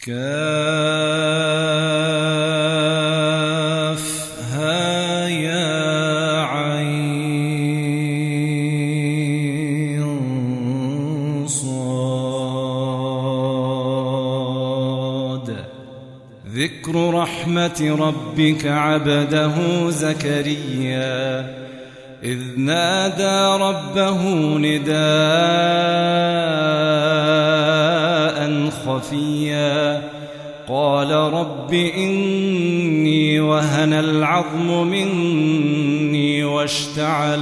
كافها يا عين صاد. ذكر رحمة ربك عبده زكريا إذ نادى ربه نداء خفيا قال رب إني وهن العظم مني واشتعل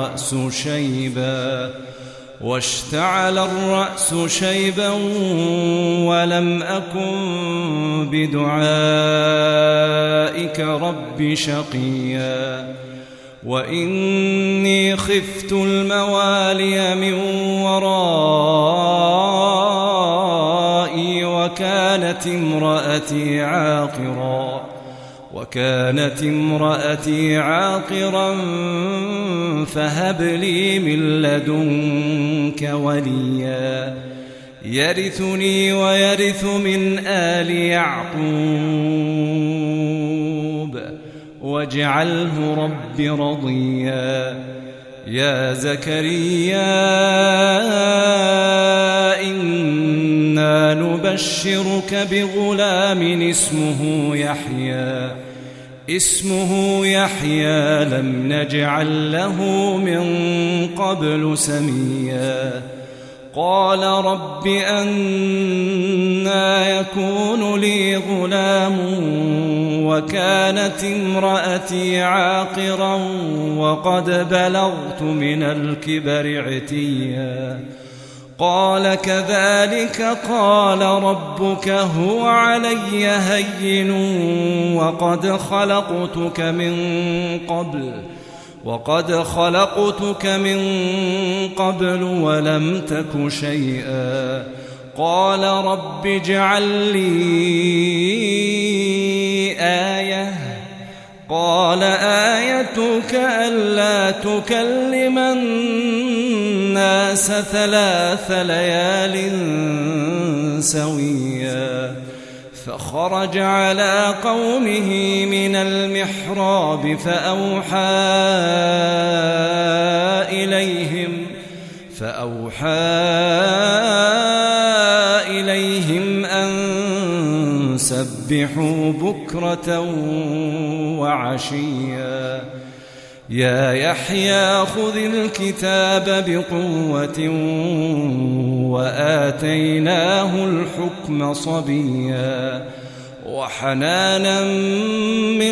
الرأس شيبا ولم أكن بدعائك رب شقيا وإني خفت الموالي من ورائي وكانت امرأتي عاقرا فهب لي من لدنك وليا يرثني ويرث من آل يعقوب واجعله رب رضيا. يا زكريا إنا نبشرك بغلام اسمه يحيى لم نجعل له من قبل سميا. قال رب أنى يكون لي غلام وكانت امرأتي عاقرا وقد بلغت من الكبر عتيا. قال كذلك قال ربك هو علي هين وقد خلقتك من قبل ولم تك شيئا. قال رب اجعل لي آية. قال آيتك ألا تكلم الناس 3 ليال سويا. فخرج على قومه من المحراب فأوحى إليهم أن سبحوا بكرة وعشيا. يا يحيى خذ الكتاب بقوة وآتيناه الحكم صبيا وحنانا من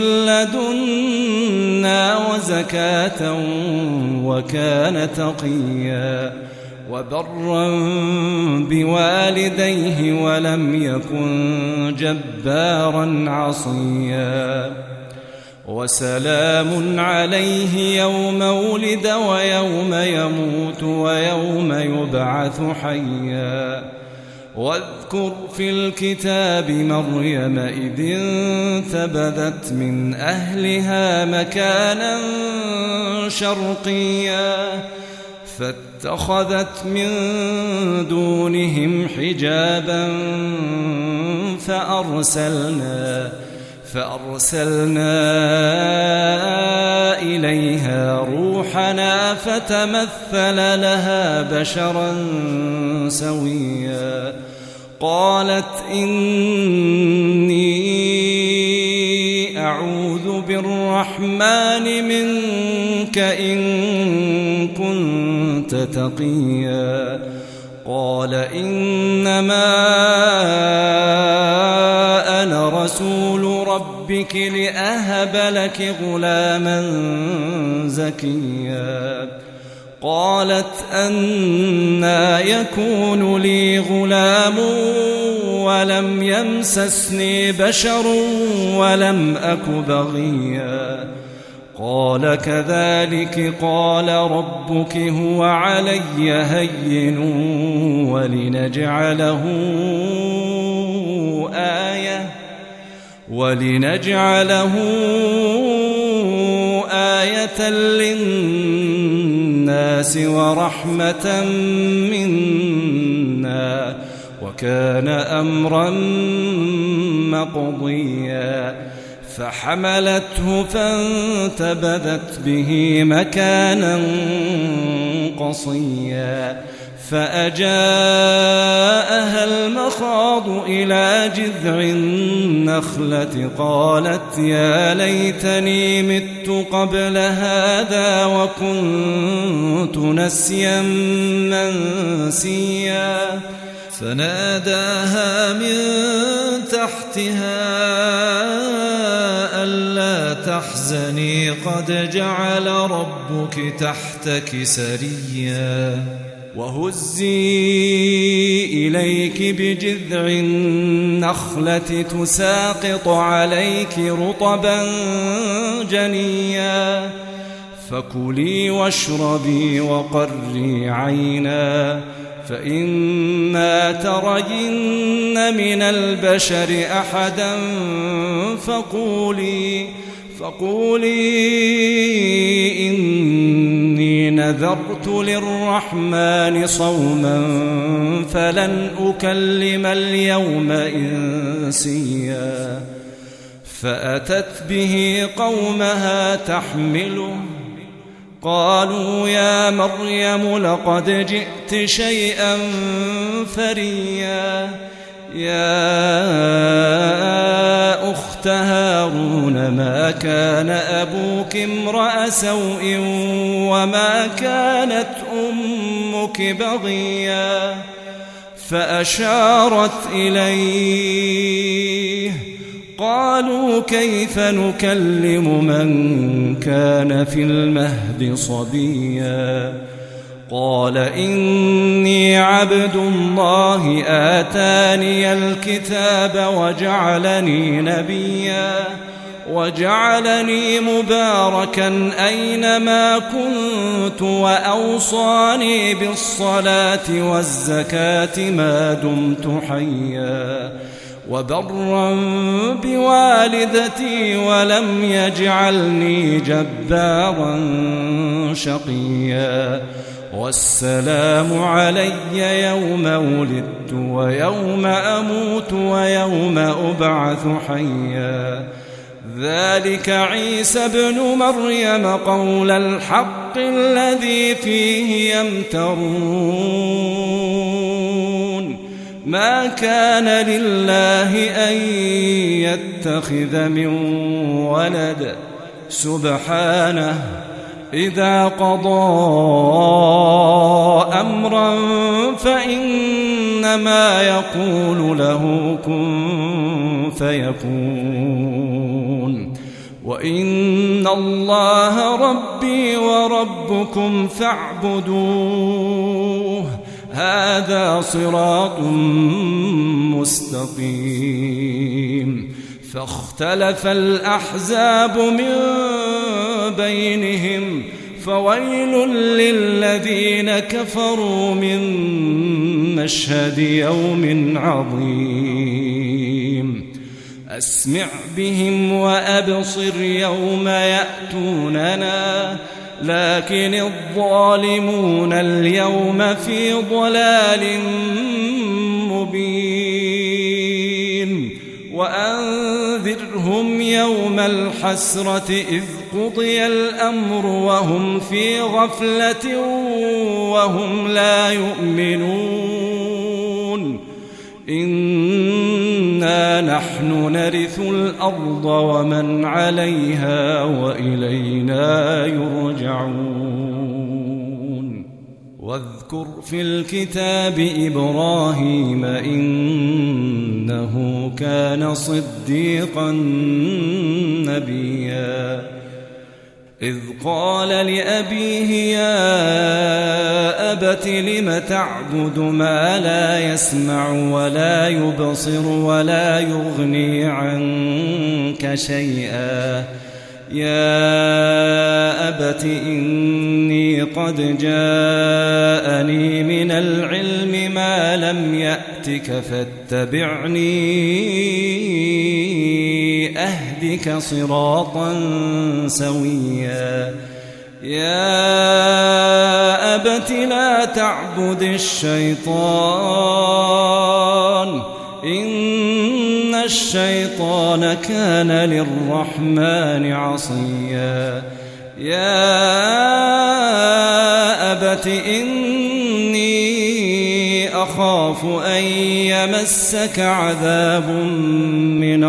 لدنا وزكاة وكان تقيا وبرا بوالديه ولم يكن جبارا عصيا. وسلام عليه يوم ولد ويوم يموت ويوم يبعث حيا. واذكر في الكتاب مريم إذ انتبذت من أهلها مكانا شرقيا فاتخذت من دونهم حجابا فأرسلنا إليها روحنا فتمثل لها بشرا سويا. قالت إني أعوذ بالرحمن منك إن كنت تقيا. قال إنما أنا رسول ربك لأهب لك غلاما زكيا. قالت أنى يكون لي غلام ولم يمسسني بشر ولم أك بغيا. قال كذلك قال ربك هو علي هين ولنجعله آية للناس ورحمة منا وكان أمرا مقضيا فحملته فانتبذت به مكانا قصيا فأجاءها المخاض إلى جذع النخلة قالت يا ليتني مت قبل هذا وكنت نسيا منسيا فناداها من تحتها ألا تحزني قد جعل ربك تحتك سريا وهزي إليك بجذع النخلة تساقط عليك رطبا جنيا فكلي واشربي وقري عينا فإما ترين من البشر أحدا فقولي إني نذرت للرحمن صوما فلن أكلم اليوم إنسيا فأتت به قومها تحمله قالوا يا مريم لقد جئت شيئا فريا يا أخت هارون ما كان أبوك امرأ سوء وما كانت أمك بغيا فأشارت إليه قالوا كيف نكلم من كان في المهد صبيا قال إني عبد الله آتاني الكتاب وجعلني نبيا وجعلني مباركا أينما كنت وأوصاني بالصلاة والزكاة ما دمت حيا وبرا بوالدتي ولم يجعلني جبارا شقيا والسلام علي يوم ولدت ويوم أموت ويوم أبعث حيا ذلك عيسى ابن مريم قول الحق الذي فيه يمترون ما كان لله أن يتخذ من ولد سبحانه إذا قضى أمرا فإنما يقول له كن فيكون وإن الله ربي وربكم فاعبدوه هذا صراط مستقيم فاختلف الأحزاب من بينهم فويل للذين كفروا من مشهد يوم عظيم أسمع بهم وأبصر يوم يأتوننا لكن الظالمون اليوم في ضلال مبين وأنذرهم يوم الحسرة إذ قضي الأمر وهم في غفلة وهم لا يؤمنون إنا نحن نرث الأرض ومن عليها وإلينا يرجعون واذكر في الكتاب إبراهيم إنه كان صديقا نبيا إذ قال لأبيه يا أبت لم تعبد ما لا يسمع ولا يبصر ولا يغني عنك شيئا يا أبت إني قد جاءني من العلم ما لم يأتك فاتبعني أهدك صراطا سويا يا أبت لا تعبد الشيطان إن الشيطان كان للرحمن عصيا يا أبت إني أخاف أن يمسك عذاب من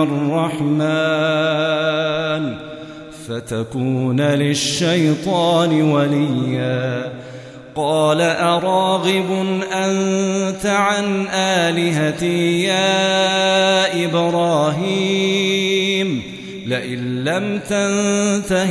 الرحمن فتكون للشيطان وليا قال أراغب أنت عن آلهتي يا إبراهيم لئن لم تنته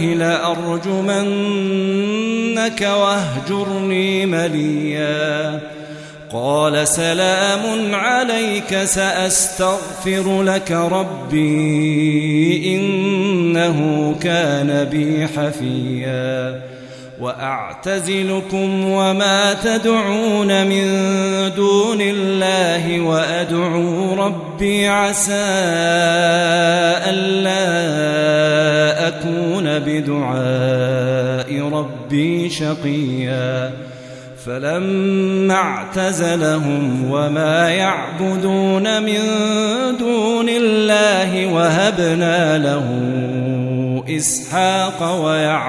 لأرجمنك واهجرني مليا قال سلام عليك سأستغفر لك ربي إنه كان بي حفيا وأعتزلكم وما تدعون من دون الله وأدعو ربي عسى ألا أكون بدعاء ربي شقيا فلما اعتزلهم وما يعبدون من دون الله وهبنا له إسحاق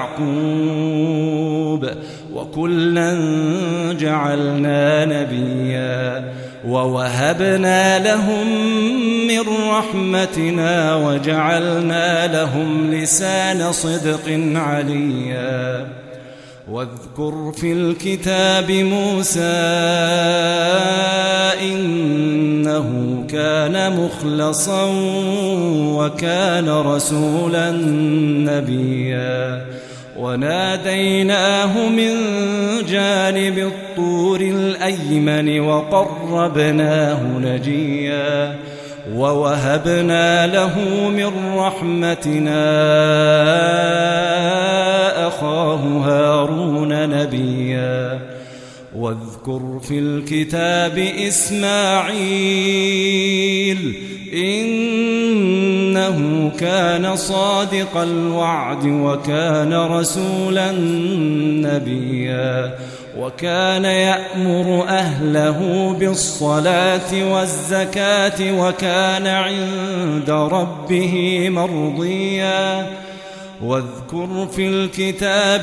ويعقوب وكلا جعلنا نبيا ووهبنا لهم من رحمتنا وجعلنا لهم لسان صدق عليا واذكر في الكتاب موسى إنه كان مخلصا وكان رسولا نبيا وناديناه من جانب الطور الأيمن وقربناه نجيا ووهبنا له من رحمتنا أخاه هارون نبيا واذكر في الكتاب إسماعيل إنه كان صادق الوعد وكان رسولا نبيا وكان يأمر أهله بالصلاة والزكاة وكان عند ربه مرضيا واذكر في الكتاب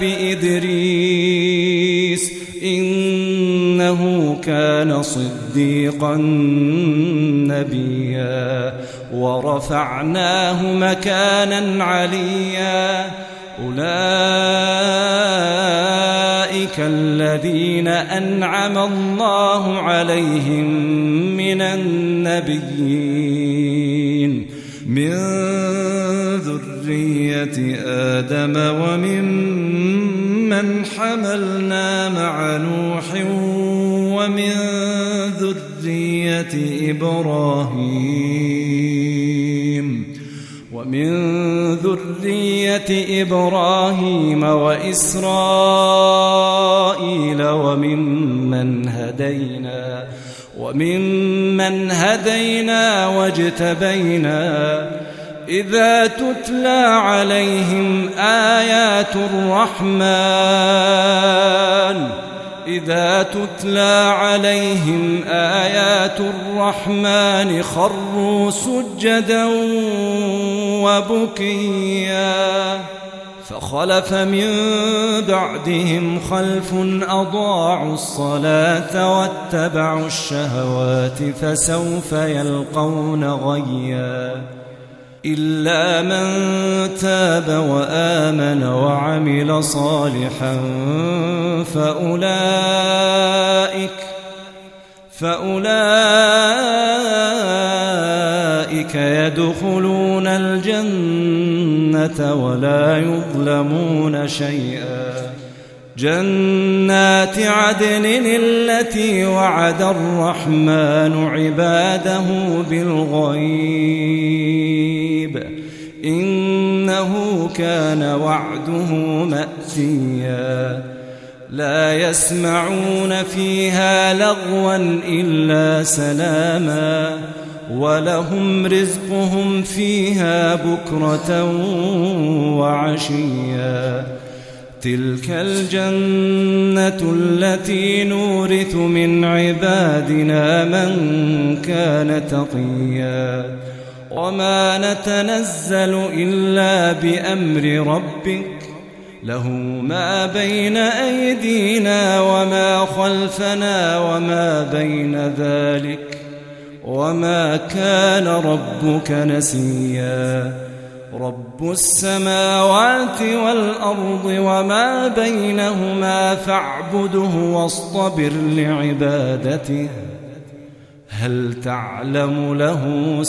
إدريس إنه كان صديقا نبيا ورفعناه مكانا عليا أولئك الذين أنعم الله عليهم من النبيين من ذرية آدم وممن حملنا مع نوح ومن ذرية إبراهيم وإسرائيل وممن هدينا واجتبينا إذا تتلى عليهم آيات الرحمن خروا سجدا وبكيا فخلف من بعدهم خلف أضاعوا الصلاة واتبعوا الشهوات فسوف يلقون غيا إلا من تاب وآمن وعمل صالحا فأولئك يدخلون الجنة ولا يظلمون شيئا جنات عدن التي وعد الرحمن عباده بالغيب إنه كان وعده مأتيا لا يسمعون فيها لغوا إلا سلاما ولهم رزقهم فيها بكرة وعشيا تلك الجنة التي نورث من عبادنا من كان تقيا وما نتنزل إلا بأمر ربك له ما بين أيدينا وما خلفنا وما بين ذلك وما كان ربك نسيا رب السماوات والأرض وما بينهما فاعبده واصطبر لعبادته هل تعلم له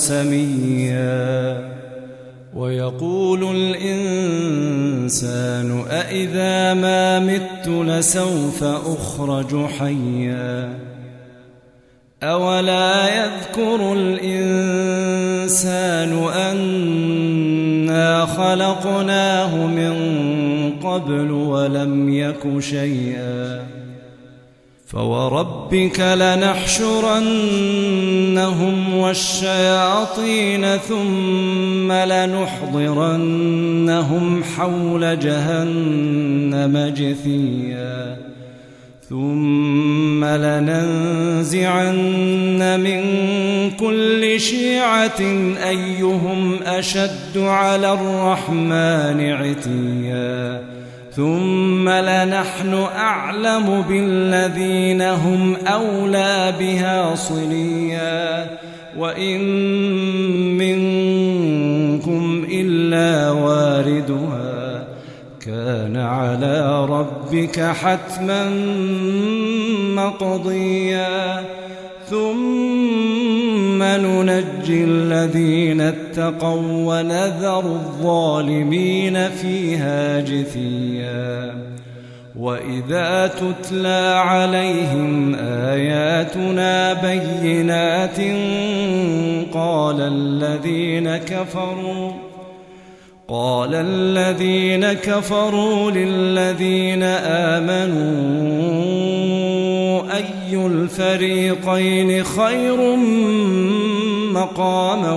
سميا ويقول الإنسان أإذا ما مت لسوف أخرج حيا أولا يذكر الإنسان أنا خلقناه من قبل ولم يك شيئا فوربك لنحشرنهم والشياطين ثم لنحضرنهم حول جهنم جثيا ثم لننزعن من كل شيعة أيهم أشد على الرحمن عتيا ثم لنحن أعلم بالذين هم أولى بها صليا وإن منكم إلا واردها كان على ربك حتما مقضيا ثم ننجي الذين اتقوا ونذر الظالمين فيها جثيا وإذا تتلى عليهم آياتنا بينات قال الذين كفروا للذين آمنوا أي الفريقين خير مقاما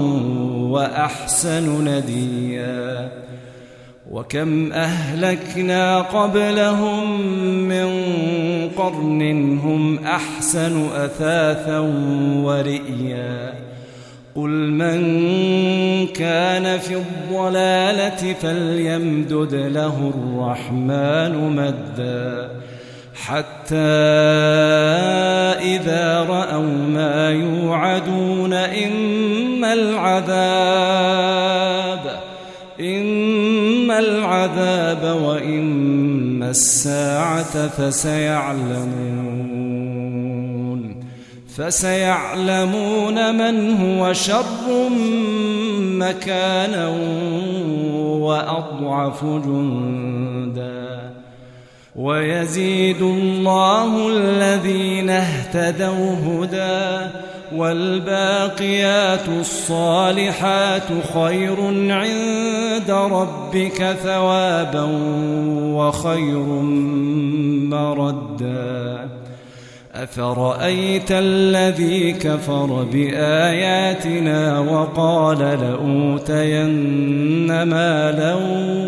وأحسن نديا وكم أهلكنا قبلهم من قرن هم أحسن أثاثا ورئيا قل من كان في الضلالة فليمدد له الرحمن مدا حتى إذا رأوا ما يوعدون إما العذاب وإما الساعة فسيعلمون من هو شر مكانا وأضعف جندا ويزيد الله الذين اهتدوا هدى والباقيات الصالحات خير عند ربك ثوابا وخير مردا أفرأيت الذي كفر بآياتنا وقال لأوتين مالا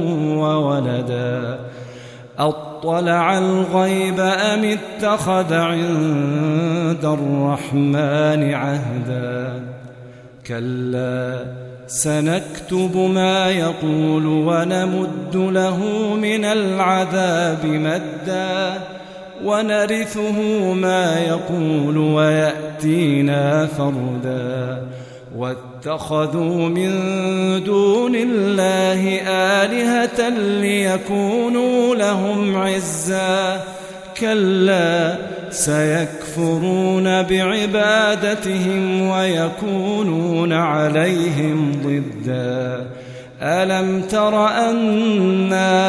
وولدا أطلع الغيب أم اتخذ عند الرحمن عهدا كلا سنكتب ما يقول ونمد له من العذاب مدا ونرثه ما يقول ويأتينا فردا واتخذوا من دون الله آلهة ليكونوا لهم عزا كلا سيكفرون بعبادتهم ويكونون عليهم ضدا ألم تر أنا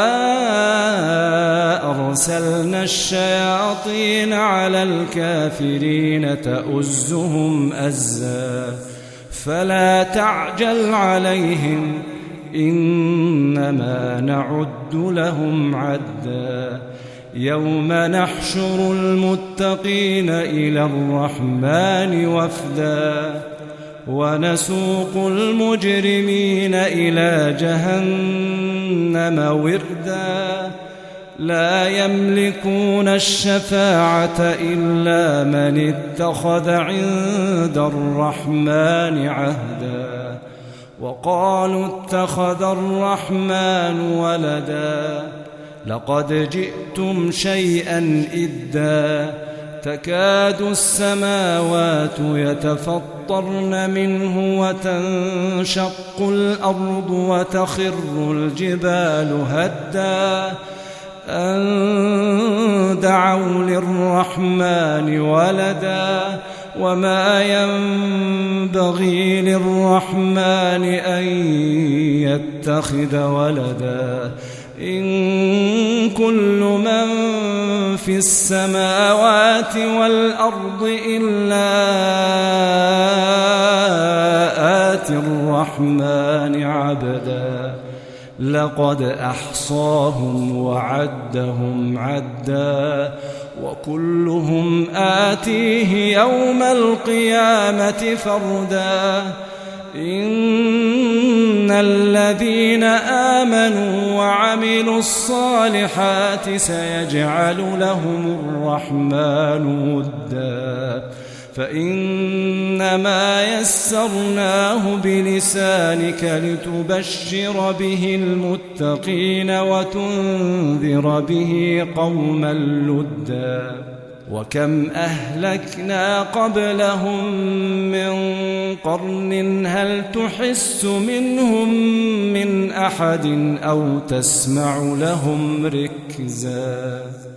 أرسلنا الشياطين على الكافرين تؤزهم أزا فلا تعجل عليهم إنما نعد لهم عدا يوم نحشر المتقين إلى الرحمن وفدا ونسوق المجرمين إلى جهنم وردا لا يملكون الشفاعة إلا من اتخذ عند الرحمن عهدا وقالوا اتخذ الرحمن ولدا لقد جئتم شيئا إدا تكاد السماوات يتفطرن منه وتنشق الأرض وتخر الجبال هدا أن دعوا للرحمن ولدا وما ينبغي للرحمن أن يتخذ ولدا إن كل من في السماوات والأرض إلا آتي الرحمن عبدا لقد أحصاهم وعدهم عدا وكلهم آتيه يوم القيامة فردا إن الذين آمنوا وعملوا الصالحات سيجعل لهم الرحمن ودا فإنما يسرناه بلسانك لتبشر به المتقين وتنذر به قوما لدا وكم أهلكنا قبلهم من قرن هل تحس منهم من أحد أو تسمع لهم ركزا